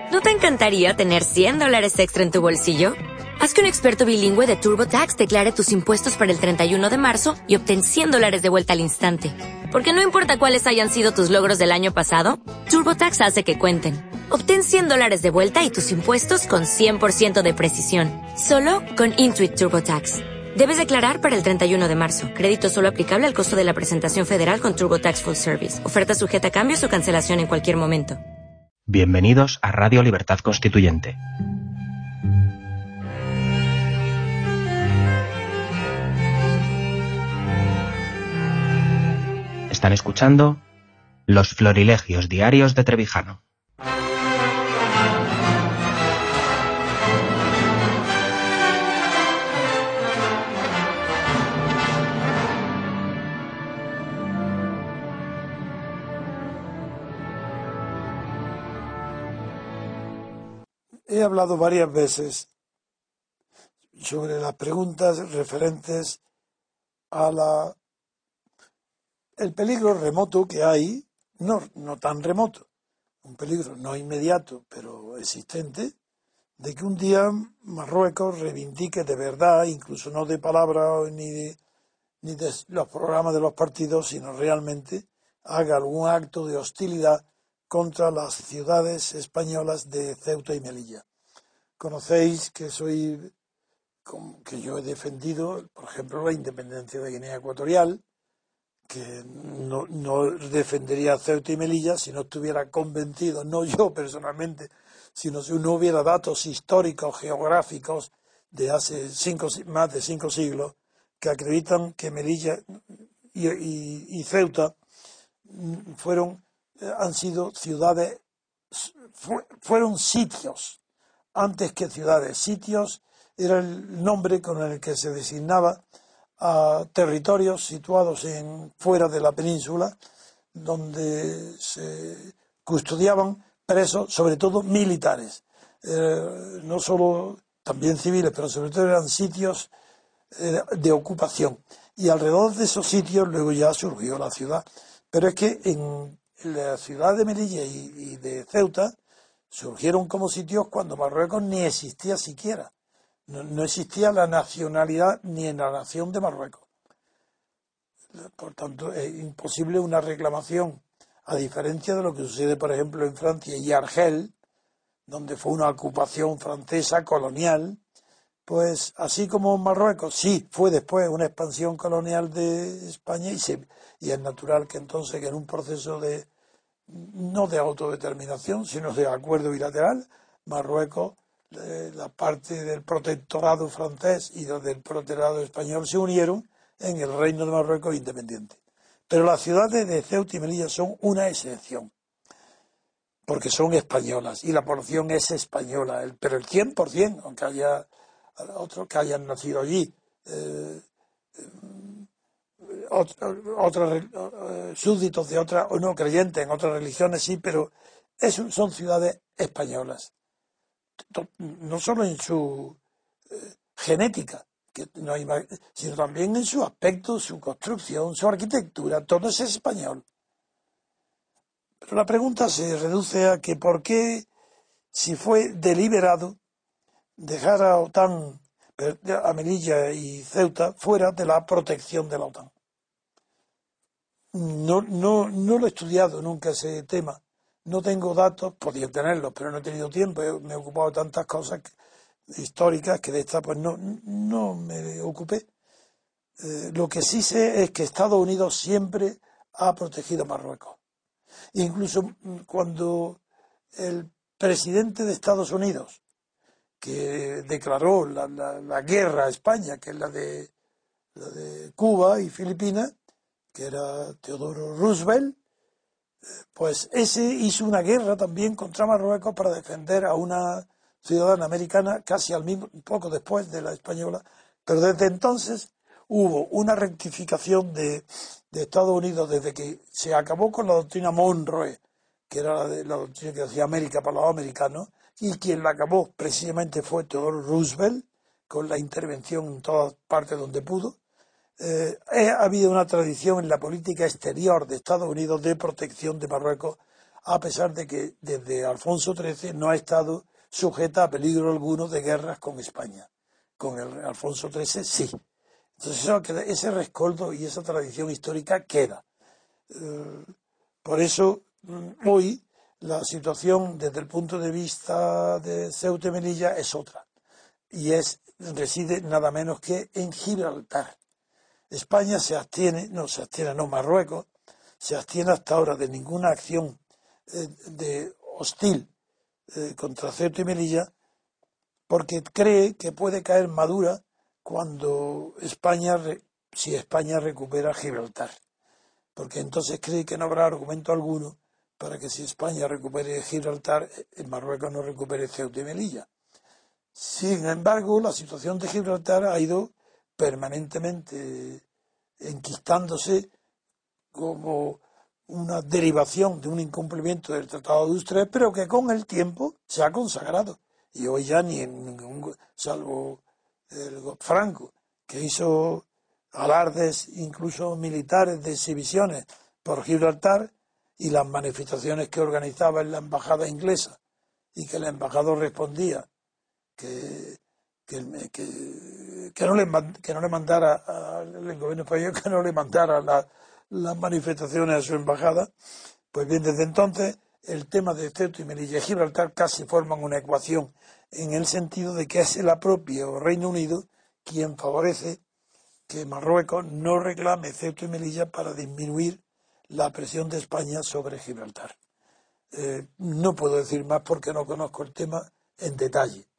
¿No te encantaría tener $100 extra en tu bolsillo? Haz que un experto bilingüe de TurboTax declare tus impuestos para el 31 de marzo y obtén $100 de vuelta al instante. Porque no importa cuáles hayan sido tus logros del año pasado, TurboTax hace que cuenten. Obtén $100 de vuelta y tus impuestos con 100% de precisión. Solo con Intuit TurboTax. Debes declarar para el 31 de marzo. Crédito solo aplicable al costo de la presentación federal con TurboTax Full Service. Oferta sujeta a cambios o cancelación en cualquier momento. Bienvenidos a Radio Libertad Constituyente. Están escuchando Los Florilegios Diarios de Trevijano. He hablado varias veces sobre las preguntas referentes a el peligro remoto que hay, no tan remoto, un peligro no inmediato, pero existente, de que un día Marruecos reivindique de verdad, incluso no de palabra ni de los programas de los partidos, sino realmente haga algún acto de hostilidad contra las ciudades españolas de Ceuta y Melilla. Conocéis que yo he defendido, por ejemplo, la independencia de Guinea Ecuatorial, que no defendería a Ceuta y Melilla si no estuviera convencido, no yo personalmente, sino si no hubiera datos históricos, geográficos de hace más de 5 siglos que acreditan que Melilla y Ceuta han sido ciudades, fueron sitios antes que ciudades. Sitios era el nombre con el que se designaba a territorios situados fuera de la península, donde se custodiaban presos, sobre todo militares, no solo también civiles, pero sobre todo eran sitios de ocupación. Y alrededor de esos sitios luego ya surgió la ciudad. Pero es que en la ciudad de Melilla y de Ceuta surgieron como sitios cuando Marruecos ni existía siquiera. No existía la nacionalidad ni en la nación de Marruecos. Por tanto, es imposible una reclamación, a diferencia de lo que sucede, por ejemplo, en Francia y Argel, donde fue una ocupación francesa colonial. Pues así como Marruecos, sí, fue después una expansión colonial de España y es natural que entonces, que en un proceso no de autodeterminación, sino de acuerdo bilateral, Marruecos, la parte del protectorado francés y del protectorado español se unieron en el Reino de Marruecos independiente. Pero las ciudades de Ceuta y Melilla son una excepción, porque son españolas y la población es española, pero el 100%, aunque haya otros que hayan nacido allí, otros súbditos de otras, o no creyentes en otras religiones, sí, pero son ciudades españolas, no solo en su genética, que no hay más, sino también en su aspecto, su construcción, su arquitectura, todo es español. Pero la pregunta se reduce a que por qué, si fue deliberado, dejar a OTAN, a Melilla y Ceuta fuera de la protección de la OTAN. No lo he estudiado nunca ese tema. No tengo datos, podía tenerlos, pero no he tenido tiempo. Me he ocupado de tantas cosas históricas que de esta pues no me ocupé. Lo que sí sé es que Estados Unidos siempre ha protegido a Marruecos. Incluso cuando el presidente de Estados Unidos, que declaró la guerra a España, que es la de Cuba y Filipinas, que era Teodoro Roosevelt, pues ese hizo una guerra también contra Marruecos para defender a una ciudadana americana casi poco después de la española, pero desde entonces hubo una rectificación de Estados Unidos desde que se acabó con la doctrina Monroe, que era la doctrina que hacía América para los americanos, y quien la acabó precisamente fue Theodore Roosevelt, con la intervención en todas partes donde pudo. Ha habido una tradición en la política exterior de Estados Unidos de protección de Marruecos a pesar de que desde Alfonso XIII no ha estado sujeta a peligro alguno de guerras con España. Con el Alfonso XIII sí. Entonces ese rescoldo y esa tradición histórica queda. Por eso hoy la situación desde el punto de vista de Ceuta y Melilla es otra. Y reside nada menos que en Gibraltar. España Marruecos se abstiene hasta ahora de ninguna acción hostil contra Ceuta y Melilla, porque cree que puede caer madura cuando si España recupera Gibraltar, porque entonces cree que no habrá argumento alguno para que si España recupere Gibraltar, el Marruecos no recupere Ceuta y Melilla. Sin embargo, la situación de Gibraltar ha ido permanentemente enquistándose como una derivación de un incumplimiento del Tratado de Utrecht, pero que con el tiempo se ha consagrado. Y hoy ya salvo el Franco, que hizo alardes incluso militares de exhibiciones por Gibraltar, y las manifestaciones que organizaba en la embajada inglesa, y que el embajador respondía que no le mandara al gobierno español, que no le mandara las manifestaciones a su embajada. Pues bien, desde entonces el tema de Ceuta y Melilla y Gibraltar casi forman una ecuación, en el sentido de que es el propio Reino Unido quien favorece que Marruecos no reclame Ceuta y Melilla para disminuir la presión de España sobre Gibraltar. No puedo decir más porque no conozco el tema en detalle.